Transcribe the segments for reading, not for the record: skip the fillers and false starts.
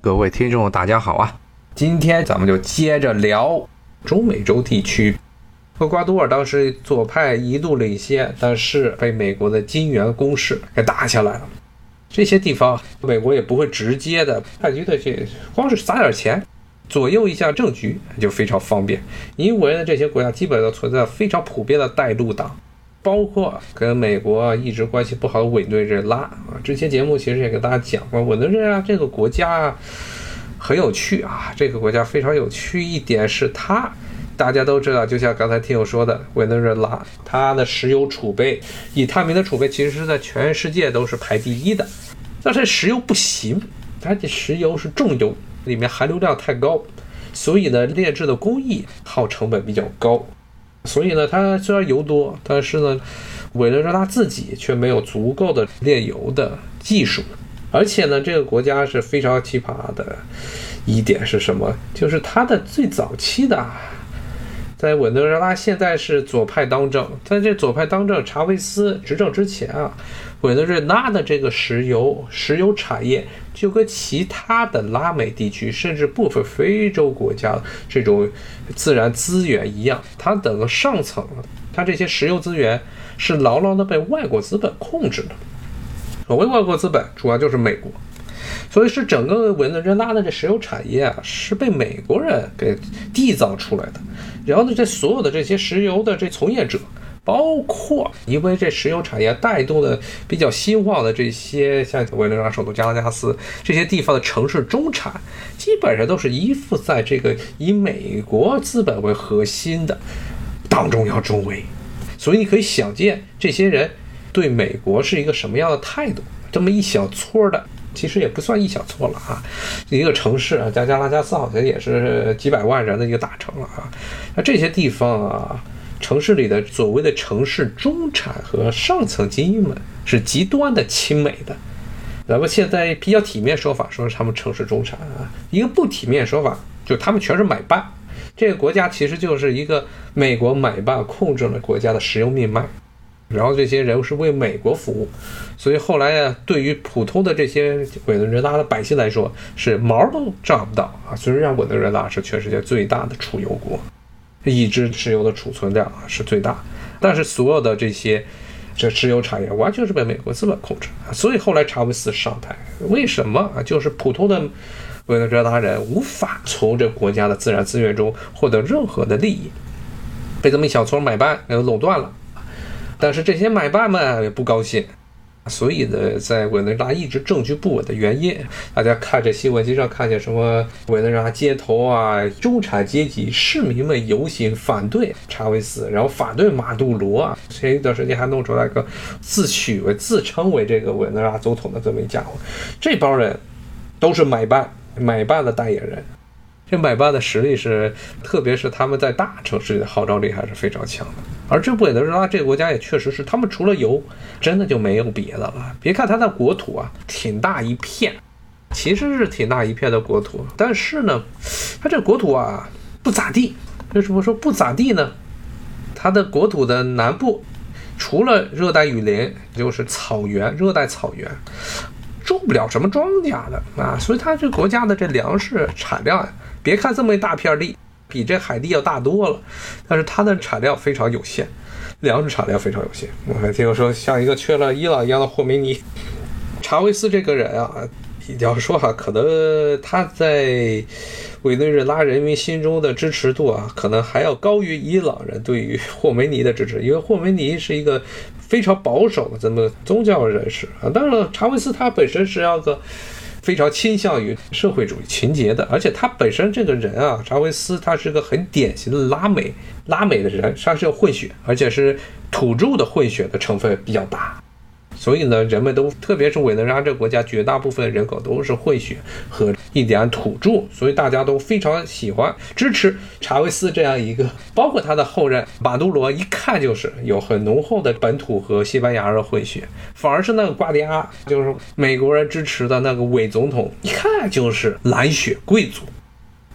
各位听众大家好啊，今天咱们就接着聊中美洲地区。厄瓜多尔当时左派一度领先，但是被美国的金援攻势给打下来了。这些地方美国也不会直接的派军的去，光是撒点钱左右一下政局就非常方便，因为呢这些国家基本都存在非常普遍的带路党，包括跟美国一直关系不好的委内瑞拉啊。之前节目其实也跟大家讲过，委内瑞拉这个国家很有趣啊，这个国家非常有趣一点是大家都知道，就像刚才听友说的，委内瑞拉它的石油储备，以探明的储备其实是在全世界都是排第一的，但是石油不行，它的石油是重油，里面含硫量太高，所以呢炼制的工艺耗成本比较高，所以呢它虽然油多，但是呢委内瑞拉自己却没有足够的炼油的技术。而且呢这个国家是非常奇葩的一点是什么，就是它的最早期的在委内瑞拉现在是左派当政，在这左派当政查韦斯执政之前啊，委内瑞拉的这个石油产业就跟其他的拉美地区甚至部分非洲国家这种自然资源一样，它整个上层它这些石油资源是牢牢的被外国资本控制的。所谓外国资本主要就是美国，所以是整个委内瑞拉的这石油产业是被美国人给缔造出来的。然后呢，这所有的这些石油的这从业者，包括因为这石油产业带动的比较兴旺的这些像委内瑞拉首都加拉加斯这些地方的城市中产，基本上都是依附在这个以美国资本为核心的党中央中维。所以你可以想见这些人对美国是一个什么样的态度。这么一小撮的，其实也不算一小撮了啊，一个城市啊，加拉加斯好像也是几百万人的一个大城了啊。那这些地方啊，城市里的所谓的城市中产和上层精英们是极端的亲美的。咱们现在比较体面说法说他们城市中产啊，一个不体面说法就他们全是买办。这个国家其实就是一个美国买办控制了国家的石油命脉。然后这些人是为美国服务，所以后来啊，对于普通的这些委内瑞拉的百姓来说，是毛都照不到啊。虽然委内瑞拉是全世界最大的储油国，已知石油的储存量是最大，但是所有的这石油产业完全是被美国资本控制啊。所以后来查韦斯上台，为什么啊？就是普通的委内瑞拉人无法从这国家的自然资源中获得任何的利益，被这么一小撮买办垄断了。但是这些买办们也不高兴，所以呢，在委内瑞拉一直政局不稳的原因，大家看这新闻经常看见什么委内瑞拉街头啊，中产阶级市民们游行反对查韦斯，然后反对马杜罗啊。前一段时间还弄出来个自称为这个委内瑞拉总统的这么一家伙，这帮人都是买办的代言人。这买办的实力是，特别是他们在大城市里的号召力还是非常强的。而这委内瑞拉这个国家也确实是，他们除了油，真的就没有别的了。别看它的国土啊挺大一片，其实是挺大一片的国土，但是呢，它这国土啊不咋地。为什么说不咋地呢？它的国土的南部，除了热带雨林，就是草原，热带草原。种不了什么庄稼的啊，所以它这国家的这粮食产量，别看这么一大片地，比这海地要大多了，但是它的产量非常有限，粮食产量非常有限。我还听说像一个缺了伊朗一样的霍梅尼，查韦斯这个人啊，要说可能他在委内瑞拉人民心中的支持度啊，可能还要高于伊朗人对于霍梅尼的支持，因为霍梅尼是一个非常保守的这么宗教人士啊。当然了，查韦斯他本身是一个非常倾向于社会主义情节的，而且他本身这个人啊，查韦斯他是个很典型的拉美的人，他是有混血，而且是土著的混血的成分比较大。所以呢，人们都，特别是委内瑞拉这个国家，绝大部分人口都是混血和印第安土著，所以大家都非常喜欢支持查韦斯这样一个，包括他的后任马杜罗，一看就是有很浓厚的本土和西班牙人混血，反而是那个瓜迪亚，就是美国人支持的那个伪总统，一看就是蓝血贵族。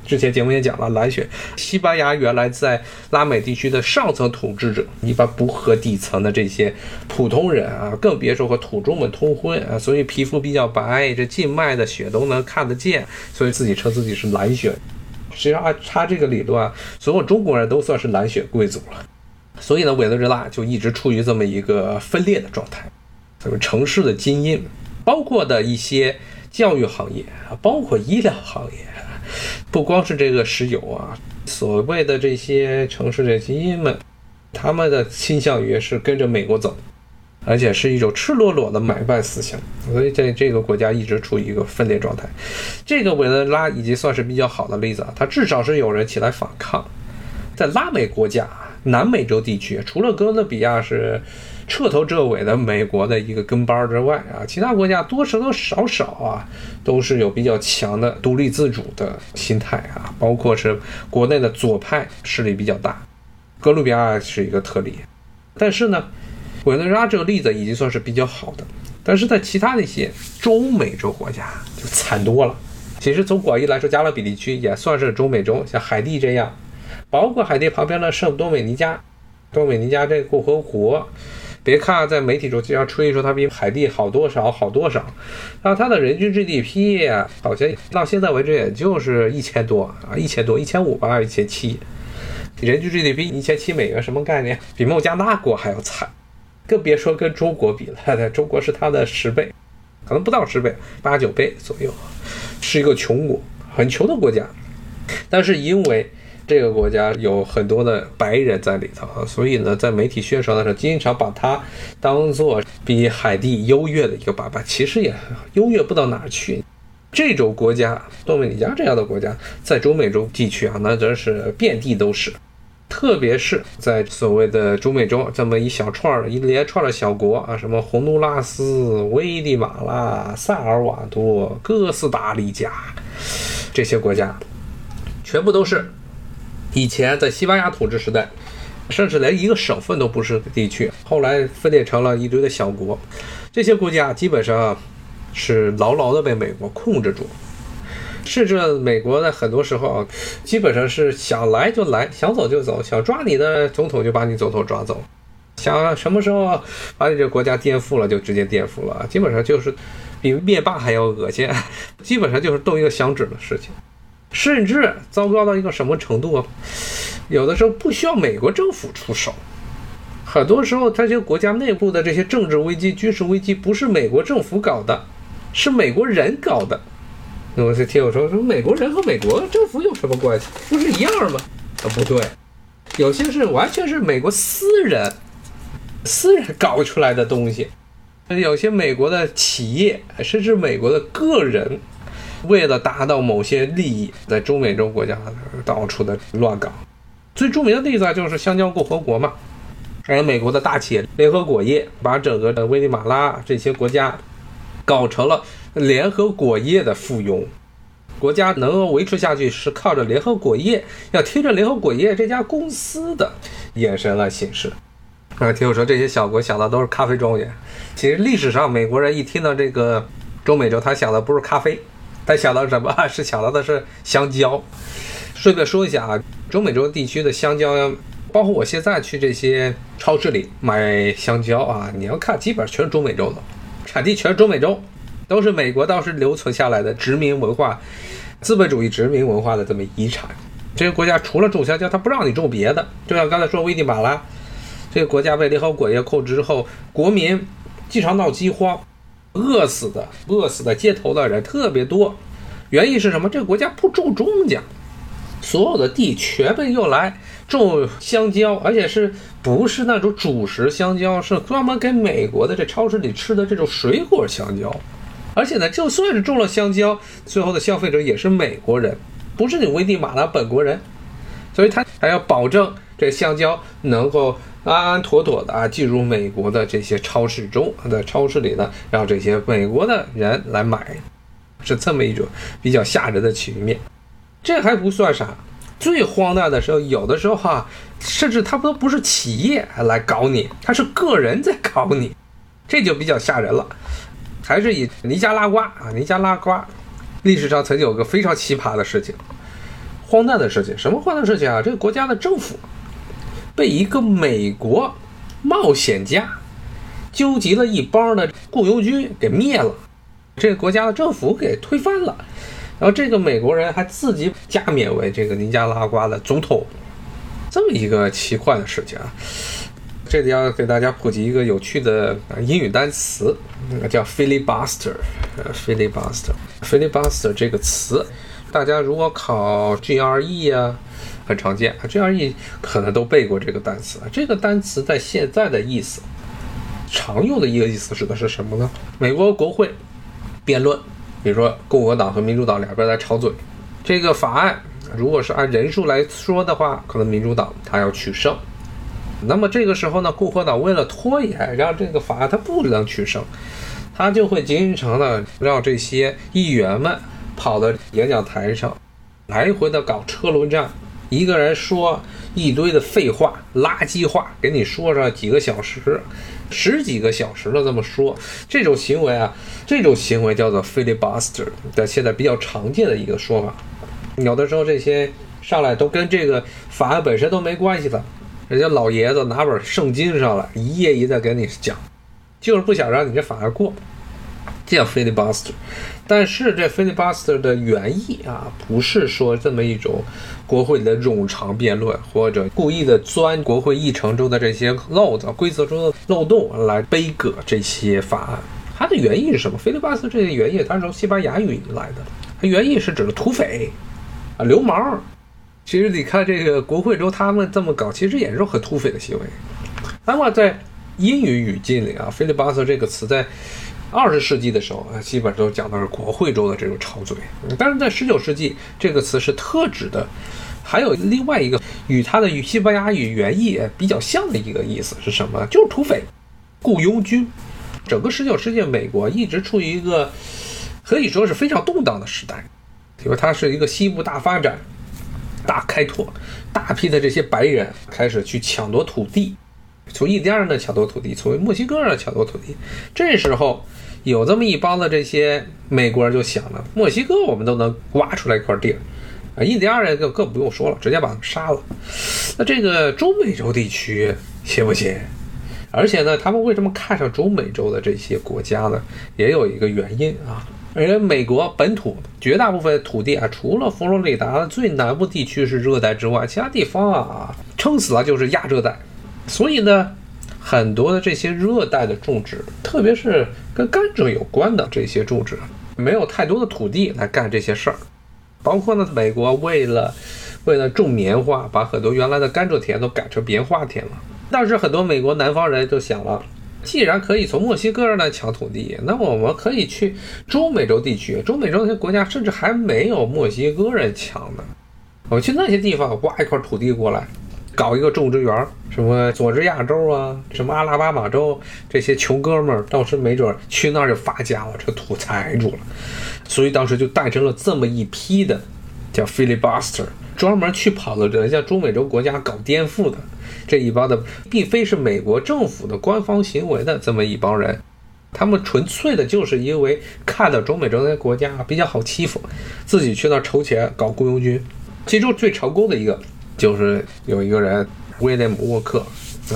之前节目也讲了，蓝血西班牙原来在拉美地区的上层统治者一般不和底层的这些普通人啊，更别说和土著们通婚啊，所以皮肤比较白，这静脉的血都能看得见，所以自己称自己是蓝血。实际上按他这个理论啊，所有中国人都算是蓝血贵族了。所以呢，委内瑞拉就一直处于这么一个分裂的状态。城市的精英，包括的一些教育行业，包括医疗行业，不光是这个石油啊，所谓的这些城市的精英们，他们的倾向于是跟着美国走，而且是一种赤裸裸的买办思想，所以在这个国家一直处于一个分裂状态。这个委内瑞拉已经算是比较好的例子啊，它至少是有人起来反抗。在拉美国家、南美洲地区，除了哥伦比亚是彻头彻尾的美国的一个跟班之外啊，其他国家多少少啊，都是有比较强的独立自主的心态啊，包括是国内的左派势力比较大，哥伦比亚是一个特例。但是呢，委内瑞拉这个例子已经算是比较好的，但是在其他的一些中美洲国家就惨多了。其实从广义来说，加勒比地区也算是中美洲，像海地这样，包括海地旁边的圣多美尼加，多美尼加这个共和国，别看在媒体中经常吹说它比海地好多少，然后它的人均 GDP 好像到现在为止也就是1000多啊，1500吧，1700，人均 GDP 1700美元，什么概念？比孟加拉国还要惨，更别说跟中国比了，中国是它的10倍，可能不到10倍，8、9倍左右，是一个穷国，很穷的国家。但是因为这个国家有很多的白人在里头，所以呢，在媒体宣传的时候，经常把它当作比海地优越的一个爸爸，其实也优越不到哪儿去。这种国家，多美尼加这样的国家，在中美洲地区啊，那真是遍地都是。特别是在所谓的中美洲这么一连串的小国啊，什么洪都拉斯、危地马拉、萨尔瓦多、哥斯达黎加，这些国家全部都是以前在西班牙统治时代，甚至连一个省份都不是的地区，后来分裂成了一堆的小国。这些国家基本上是牢牢的被美国控制住，甚至美国在很多时候啊，基本上是想来就来，想走就走，想抓你的总统就把你总统抓走，想什么时候把你这个国家颠覆了就直接颠覆了，基本上就是比灭霸还要恶心，基本上就是动一个响指的事情。甚至糟糕到一个什么程度啊？有的时候不需要美国政府出手，很多时候这些国家内部的这些政治危机、军事危机不是美国政府搞的，是美国人搞的。那我就听我说美国人和美国政府有什么关系？不是一样吗？不对，有些是完全是美国私人搞出来的东西，有些美国的企业甚至美国的个人，为了达到某些利益，在中美洲国家到处的乱搞。最著名的例子就是香蕉共和国嘛，还有美国的大企业联合果业，把整个的危地马拉这些国家搞成了联合果业的附庸。国家能够维持下去是靠着联合果业，要听着联合果业这家公司的眼神来行事。听我说，这些小国想的都是咖啡庄园。其实历史上美国人一听到这个中美洲，他想的不是咖啡，他想到什么？是想到的是香蕉。顺便说一下啊，中美洲地区的香蕉，包括我现在去这些超市里买香蕉啊，你要看基本上全是中美洲的，产地全是中美洲，都是美国当时留存下来的殖民文化、资本主义殖民文化的这么遗产。这个国家除了种香蕉，它不让你种别的。就像刚才说危地马拉，这个国家被联合果业控制之后，国民经常闹饥荒，饿死的街头的人特别多。原因是什么？这个国家不种庄稼，所有的地全被用来种香蕉，而且是不是那种主食香蕉，是专门给美国的这超市里吃的这种水果香蕉。而且呢，就算是种了香蕉，最后的消费者也是美国人，不是你危地马拉本国人，所以他还要保证这香蕉能够安安妥妥的进入美国的这些超市中，在超市里呢，让这些美国的人来买，是这么一种比较吓人的局面。这还不算啥，最荒诞的时候，有的时候甚至他都不是企业来搞你，他是个人在搞你，这就比较吓人了。还是以尼加拉瓜历史上曾经有个非常奇葩的事情， 荒诞的事情。什么荒诞事情啊？这个国家的政府被一个美国冒险家纠集了一帮的雇佣军给灭了，这个国家的政府给推翻了，然后这个美国人还自己加冕为这个尼加拉瓜的总统，这么一个奇怪的事情啊。这里要给大家普及一个有趣的英语单词，叫 filibuster。filibuster 这个词，大家如果考 GRE 啊，很常见 ，GRE 可能都背过这个单词。这个单词在现在的意思，常用的一个意思指的是什么呢？美国国会辩论，比如说共和党和民主党两边在吵嘴，这个法案如果是按人数来说的话，可能民主党他要取胜。那么这个时候呢，共和党为了拖延，让这个法案它不能取胜，他就会经常的让这些议员们跑到演讲台上，来回的搞车轮战，一个人说一堆的废话、垃圾话，给你说上几个小时、十几个小时的这么说。这种行为啊，这种行为叫做 filibuster， 在现在比较常见的一个说法。有的时候这些上来都跟这个法案本身都没关系的。人家老爷子拿本圣经上来一页一页给你讲，就是不想让你这法案过，这叫 filibuster。 但是这 filibuster 的原意啊，不是说这么一种国会的冗长辩论，或者故意的钻国会议程中的这些漏子、规则中的漏洞来背革这些法案。它的原意是什么？ filibuster 这个原意它是从西班牙语来的，它原意是指的土匪啊、流氓。其实你看这个国会中他们这么搞，其实也是很土匪的行为。那么在英语语境里啊 filibuster 这个词在20世纪的时候基本都讲的是国会中的这种吵嘴，但是在19世纪这个词是特指的还有另外一个与它的西班牙语原意比较像的一个意思是什么？就是土匪、雇佣军。整个19世纪美国一直处于一个可以说是非常动荡的时代，因为它是一个西部大发展、大开拓，大批的这些白人开始去抢夺土地，从印第安人的抢夺土地，从墨西哥人的抢夺土地。这时候有这么一帮的这些美国人就想了，墨西哥我们都能挖出来一块地儿，印第安人更不用说了，直接把他们杀了。那这个中美洲地区行不行？而且呢，他们为什么看上中美洲的这些国家呢？也有一个原因啊。因为美国本土绝大部分土地啊，除了佛罗里达的最南部地区是热带之外，其他地方啊撑死了就是亚热带。所以呢，很多的这些热带的种植，特别是跟甘蔗有关的这些种植，没有太多的土地来干这些事儿。包括呢，美国为了种棉花，把很多原来的甘蔗田都改成棉花田了。但是很多美国南方人就想了，既然可以从墨西哥那抢土地，那么我们可以去中美洲地区，中美洲那些国家甚至还没有墨西哥人强呢。我去那些地方挖一块土地过来，搞一个种植园，什么佐治亚州啊，什么阿拉巴马州，这些穷哥们儿当时没准去那儿就发家了，这土财主了。所以当时就诞生了这么一批的叫 filibuster， 专门去跑到人家中美洲国家搞颠覆的这一帮的，并非是美国政府的官方行为的这么一帮人，他们纯粹的就是因为看到中美洲那些国家比较好欺负，自己去那儿筹钱搞雇佣军。其中最成功的一个就是有一个人威廉姆沃克，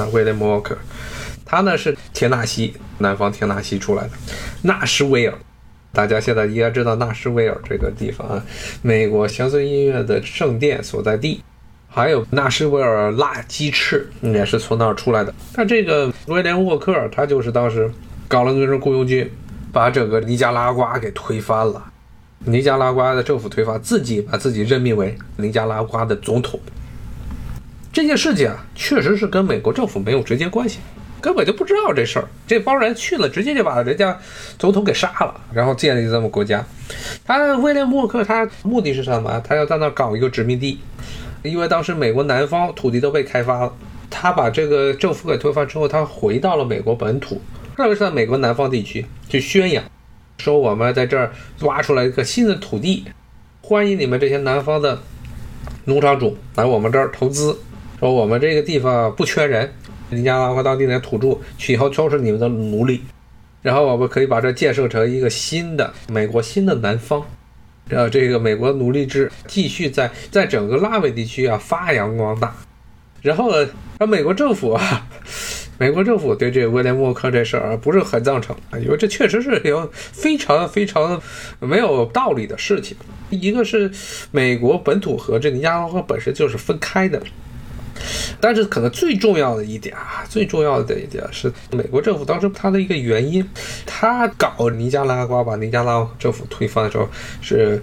他呢是田纳西南方田纳西出来的纳什维尔。大家现在应该知道纳什维尔这个地方啊，美国乡村音乐的圣殿所在地。还有纳什维尔辣鸡翅也是从那儿出来的。但这个威廉沃克他就是当时搞了个雇佣军，把整个尼加拉瓜给推翻了。尼加拉瓜的政府推翻，自己把自己任命为尼加拉瓜的总统。这件事情啊，确实是跟美国政府没有直接关系，根本就不知道这事儿。这帮人去了，直接就把人家总统给杀了，然后建立这么国家。威廉沃克他目的是什么？他要在那搞一个殖民地。因为当时美国南方土地都被开发了，他把这个政府给推翻之后，他回到了美国本土，特别是在美国南方地区去宣扬，说我们在这儿挖出来一个新的土地，欢迎你们这些南方的农场主来我们这儿投资，说我们这个地方不缺人，尼加拉瓜当地的土著去以后都是你们的奴隶，然后我们可以把这建设成一个新的美国新的南方。 这个美国奴隶制继续在整个拉美地区发扬光大。然后呢，美国政府对这个威廉·沃克这事儿不是很赞成，因为这确实是有非常非常没有道理的事情。一个是美国本土和这尼加拉瓜本身就是分开的，但是可能最重要的一点是美国政府当时它的一个原因，它搞尼加拉瓜把尼加拉瓜政府推翻的时候是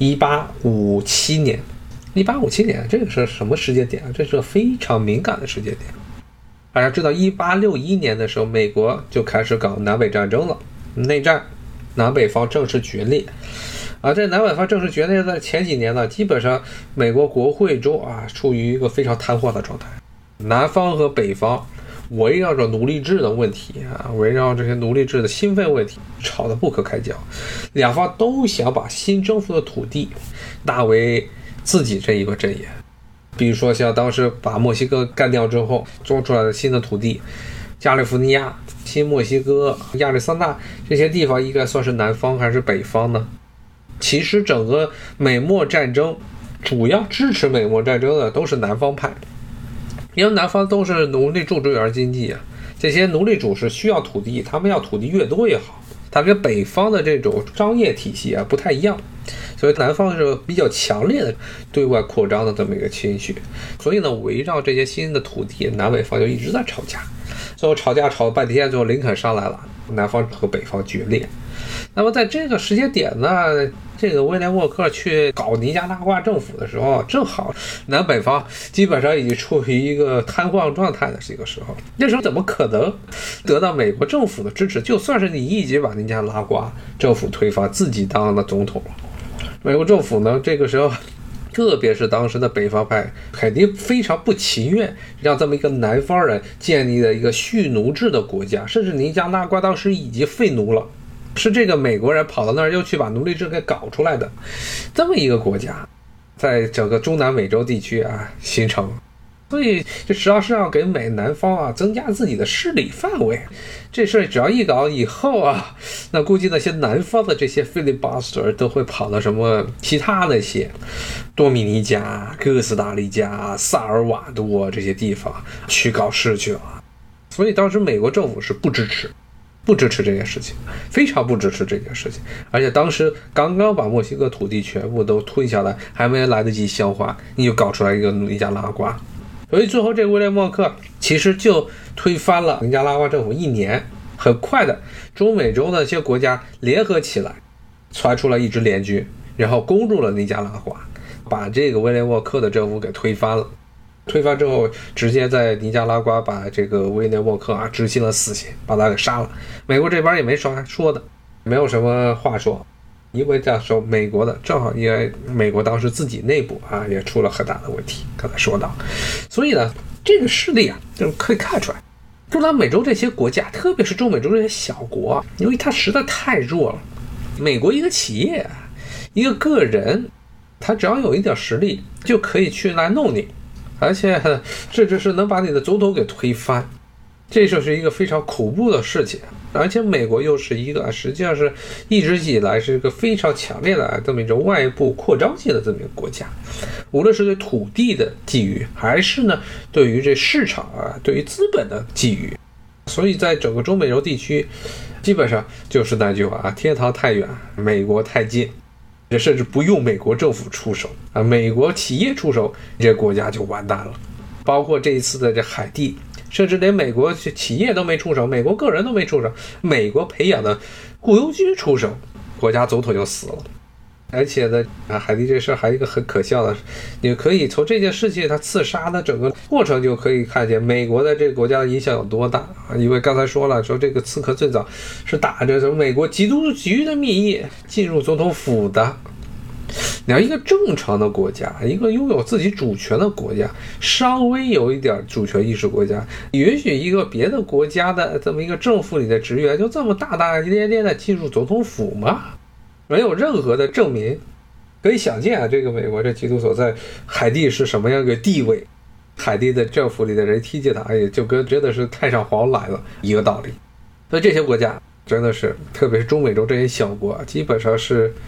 1857年。1857年这个是什么时间点啊？这是个非常敏感的时间点。大家知道1861年的时候，美国就开始搞南北战争了，内战，南北方正式决裂。这南北方正式决裂的前几年呢，基本上美国国会中处于一个非常瘫痪的状态。南方和北方围绕着奴隶制的问题围绕这些奴隶制的兴奋问题吵得不可开交，两方都想把新征服的土地纳为自己这一个阵营。比如说像当时把墨西哥干掉之后做出来的新的土地，加利福尼亚、新墨西哥、亚利桑那这些地方应该算是南方还是北方呢？其实整个美墨战争主要支持美墨战争的都是南方派，因为南方都是奴隶主主义经济这些奴隶主是需要土地，他们要土地越多越好，它跟北方的这种商业体系不太一样，所以南方是比较强烈的对外扩张的这么一个情绪。所以呢，围绕这些新的土地，南北方就一直在吵架，最后吵了半天，最后林肯上来了，南方和北方决裂。那么在这个时间点呢，这个威廉·沃克去搞尼加拉瓜政府的时候，正好南北方基本上已经处于一个瘫痪状态的这个时候，那时候怎么可能得到美国政府的支持？就算是你一直把尼加拉瓜政府推翻，自己当了总统了，美国政府呢，这个时候特别是当时的北方派肯定非常不情愿让这么一个南方人建立了一个蓄奴制的国家，甚至尼加拉瓜当时已经废奴了，是这个美国人跑到那儿又去把奴隶制给搞出来的这么一个国家，在整个中南美洲地区形成。所以这实际上给南方增加自己的势力范围。这事儿只要一搞以后那估计那些南方的这些 filibuster 都会跑到什么其他那些多米尼加、哥斯达黎加、萨尔瓦多这些地方去搞事去了。所以当时美国政府是不支持这件事情，非常不支持这件事情。而且当时刚刚把墨西哥土地全部都吞下来，还没来得及消化，你就搞出来一个尼加拉瓜。所以最后这个威廉·沃克其实就推翻了尼加拉瓜政府1年，很快的中美洲的一些国家联合起来，传出了一支联军，然后攻入了尼加拉瓜，把这个威廉·沃克的政府给推翻了。推翻之后，直接在尼加拉瓜把这个威廉·沃克执行了死刑，把他给杀了。美国这边也没说的，没有什么话说，因为这时候美国的正好因为美国当时自己内部也出了很大的问题，刚才说到，所以呢，这个势力就可以看出来，中南美洲这些国家，特别是中美洲这些小国，因为它实在太弱了。美国一个企业，一个个人，他只要有一点实力，就可以去来弄你。而且甚至是能把你的总统给推翻，这就是一个非常恐怖的事情。而且美国又是一个实际上是一直以来是一个非常强烈的这么一种外部扩张性的这么一个国家，无论是对土地的觊觎，还是呢对于这市场对于资本的觊觎。所以在整个中美洲地区，基本上就是那句话天堂太远，美国太近。甚至不用美国政府出手美国企业出手，这国家就完蛋了。包括这一次的这海地，甚至连美国企业都没出手，美国个人都没出手，美国培养的雇佣军出手，国家总统就死了。而且呢，海地这事还有一个很可笑的，你可以从这件事情他刺杀的整个过程就可以看见美国的这个国家的影响有多大因为刚才说了，说这个刺客最早是打着什么美国缉毒局的名义进入总统府的。你要一个正常的国家，一个拥有自己主权的国家，稍微有一点主权意识国家，允许一个别的国家的这么一个政府里的职员就这么大大咧咧的进入总统府吗？没有任何的证明。可以想见这个美国这缉毒所在海地是什么样一个地位，海地的政府里的人听见他也就跟真的是太上皇来了一个道理。所以这些国家真的是，特别是中美洲这些小国基本上是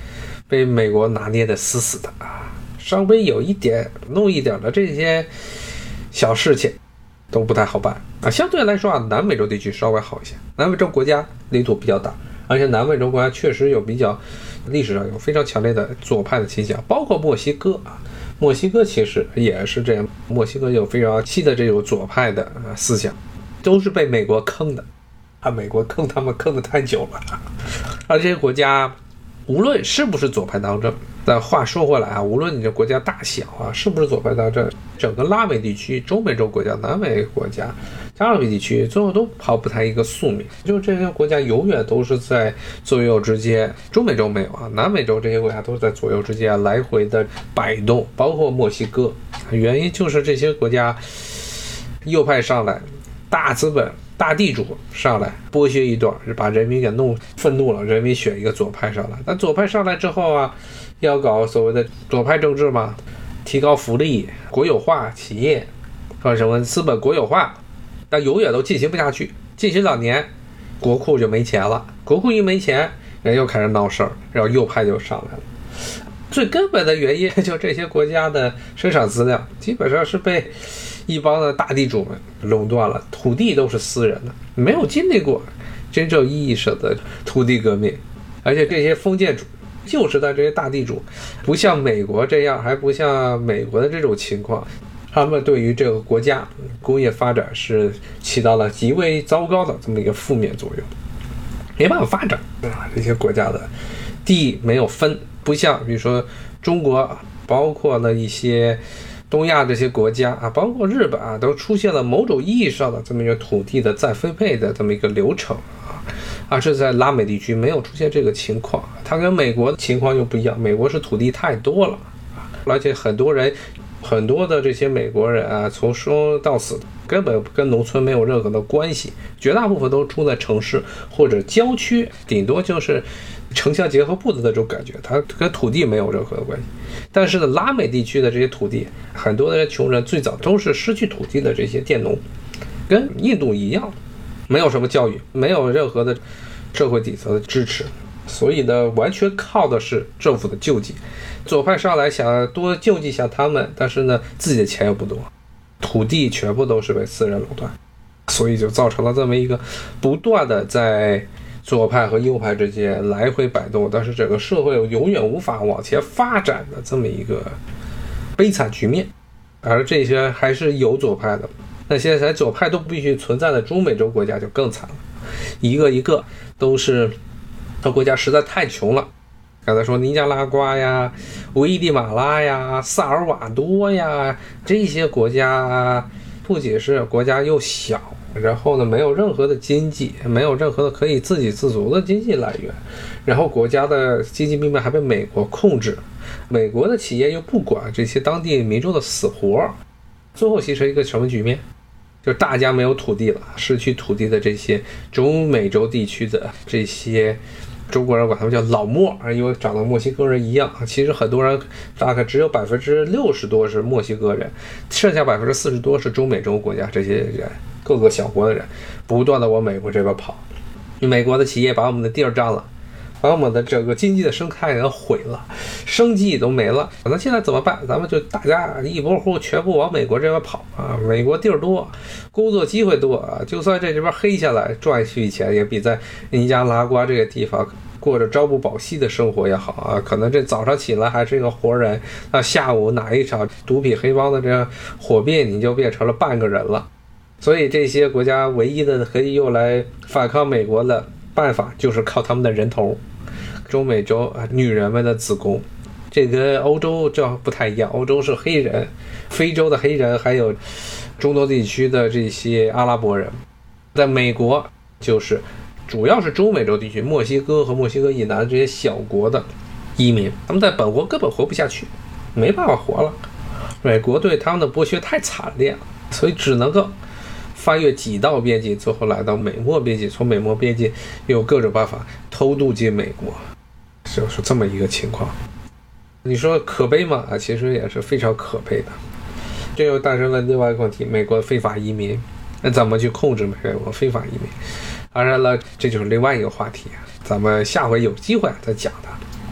被美国拿捏的死死的啊，稍微有一点弄一点的这些小事情都不太好办啊。相对来说啊，南美洲地区稍微好一些，南美洲国家领土比较大，而且南美洲国家确实有比较历史上有非常强烈的左派的倾向，包括墨西哥啊，墨西哥其实也是这样，墨西哥有非常细的这种左派的思想，都是被美国坑的啊，美国坑他们坑得太久了。而这些国家无论是不是左派当政，但话说回来啊，无论你这国家大小啊，是不是左派当政，整个拉美地区、中美洲国家、南美国家、加勒比地区，最后都跑不开一个宿命，就这些国家永远都是在左右之间。中美洲没有啊，南美洲这些国家都是在左右之间来回的摆动，包括墨西哥。原因就是这些国家右派上来，大资本、大地主上来剥削一段，把人民给弄愤怒了，人民选一个左派上来。但左派上来之后啊，要搞所谓的左派政治嘛，提高福利、国有化企业，或者什么资本国有化，但永远都进行不下去。进行2年，国库就没钱了，国库一没钱，人又开始闹事儿，然后右派就上来了。最根本的原因就这些国家的生产资料基本上是被一帮的大地主们垄断了，土地都是私人的，没有经历过真正意义上的土地革命。而且这些封建主就是在这些大地主，不像美国这样，还不像美国的这种情况，他们对于这个国家工业发展是起到了极为糟糕的这么一个负面作用，没办法发展啊。这些国家的地没有分，不像比如说中国，包括了一些东亚这些国家啊，包括日本啊，都出现了某种意义上的这么一个土地的再分配的这么一个流程啊，是在拉美地区没有出现这个情况。它跟美国的情况又不一样，美国是土地太多了，而且很多的这些美国人啊，从生到死根本跟农村没有任何的关系，绝大部分都住在城市或者郊区，顶多就是城乡结合部的那种感觉，它跟土地没有任何的关系。但是呢，拉美地区的这些土地，很多的穷人最早都是失去土地的这些佃农，跟印度一样，没有什么教育，没有任何的社会底层的支持，所以呢，完全靠的是政府的救济。左派上来想多救济一下他们，但是呢，自己的钱又不多，土地全部都是被私人垄断，所以就造成了这么一个不断的在左派和右派之间来回摆动，但是整个社会永远无法往前发展的这么一个悲惨局面。而这些还是有左派的，那现在左派都不必须存在的中美洲国家就更惨了，一个一个都是这国家实在太穷了。刚才说尼加拉瓜呀、危地马拉呀、萨尔瓦多呀，这些国家不仅是国家又小，然后呢没有任何的经济，没有任何的可以自给自足的经济来源，然后国家的经济命脉还被美国控制，美国的企业又不管这些当地民众的死活，最后形成一个什么局面？就是大家没有土地了，失去土地的这些中美洲地区的这些中国人管他们叫老墨，因为长得墨西哥人一样，其实很多人大概只有60%多是墨西哥人，剩下40%多是中美洲国家这些人，各个小国的人不断的往美国这边跑，美国的企业把我们的地儿占了，把我们的整个经济的生态给毁了，生计都没了。那现在怎么办？咱们就大家一波户全部往美国这边跑啊！美国地儿多，工作机会多啊，就算这边黑下来赚一笔钱，也比在尼加拉瓜这个地方过着朝不保夕的生活也好啊。可能这早上起来还是一个活人，那下午哪一场毒品黑帮的这样火并，你就变成了半个人了。所以这些国家唯一的可以用来反抗美国的办法就是靠他们的人头，中美洲女人们的子宫。这个欧洲这不太一样，欧洲是黑人，非洲的黑人，还有中东地区的这些阿拉伯人。在美国就是主要是中美洲地区，墨西哥和墨西哥以南这些小国的移民，他们在本国根本活不下去，没办法活了。美国对他们的剥削太惨烈了，所以只能够翻越几道边境，最后来到美墨边境，从美墨边境用各种办法偷渡进美国，就是这么一个情况。你说可悲吗？其实也是非常可悲的。这又诞生了另外一个问题，美国非法移民，那怎么去控制美国非法移民？当然了，这就是另外一个话题，咱们下回有机会再讲的。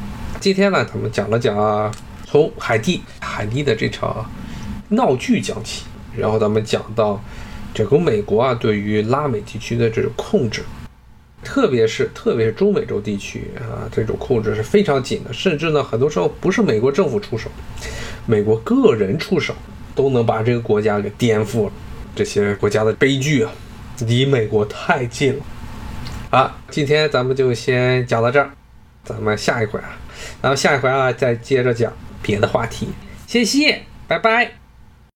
今天呢，咱们讲了讲从海地的这场闹剧讲起，然后咱们讲到整个美国对于拉美地区的这种控制，特别是中美洲地区这种控制是非常紧的，甚至呢很多时候不是美国政府出手，美国个人出手都能把这个国家给颠覆了。这些国家的悲剧离美国太近了。好，今天咱们就先讲到这儿，咱们下一回再接着讲别的话题。谢谢，拜拜。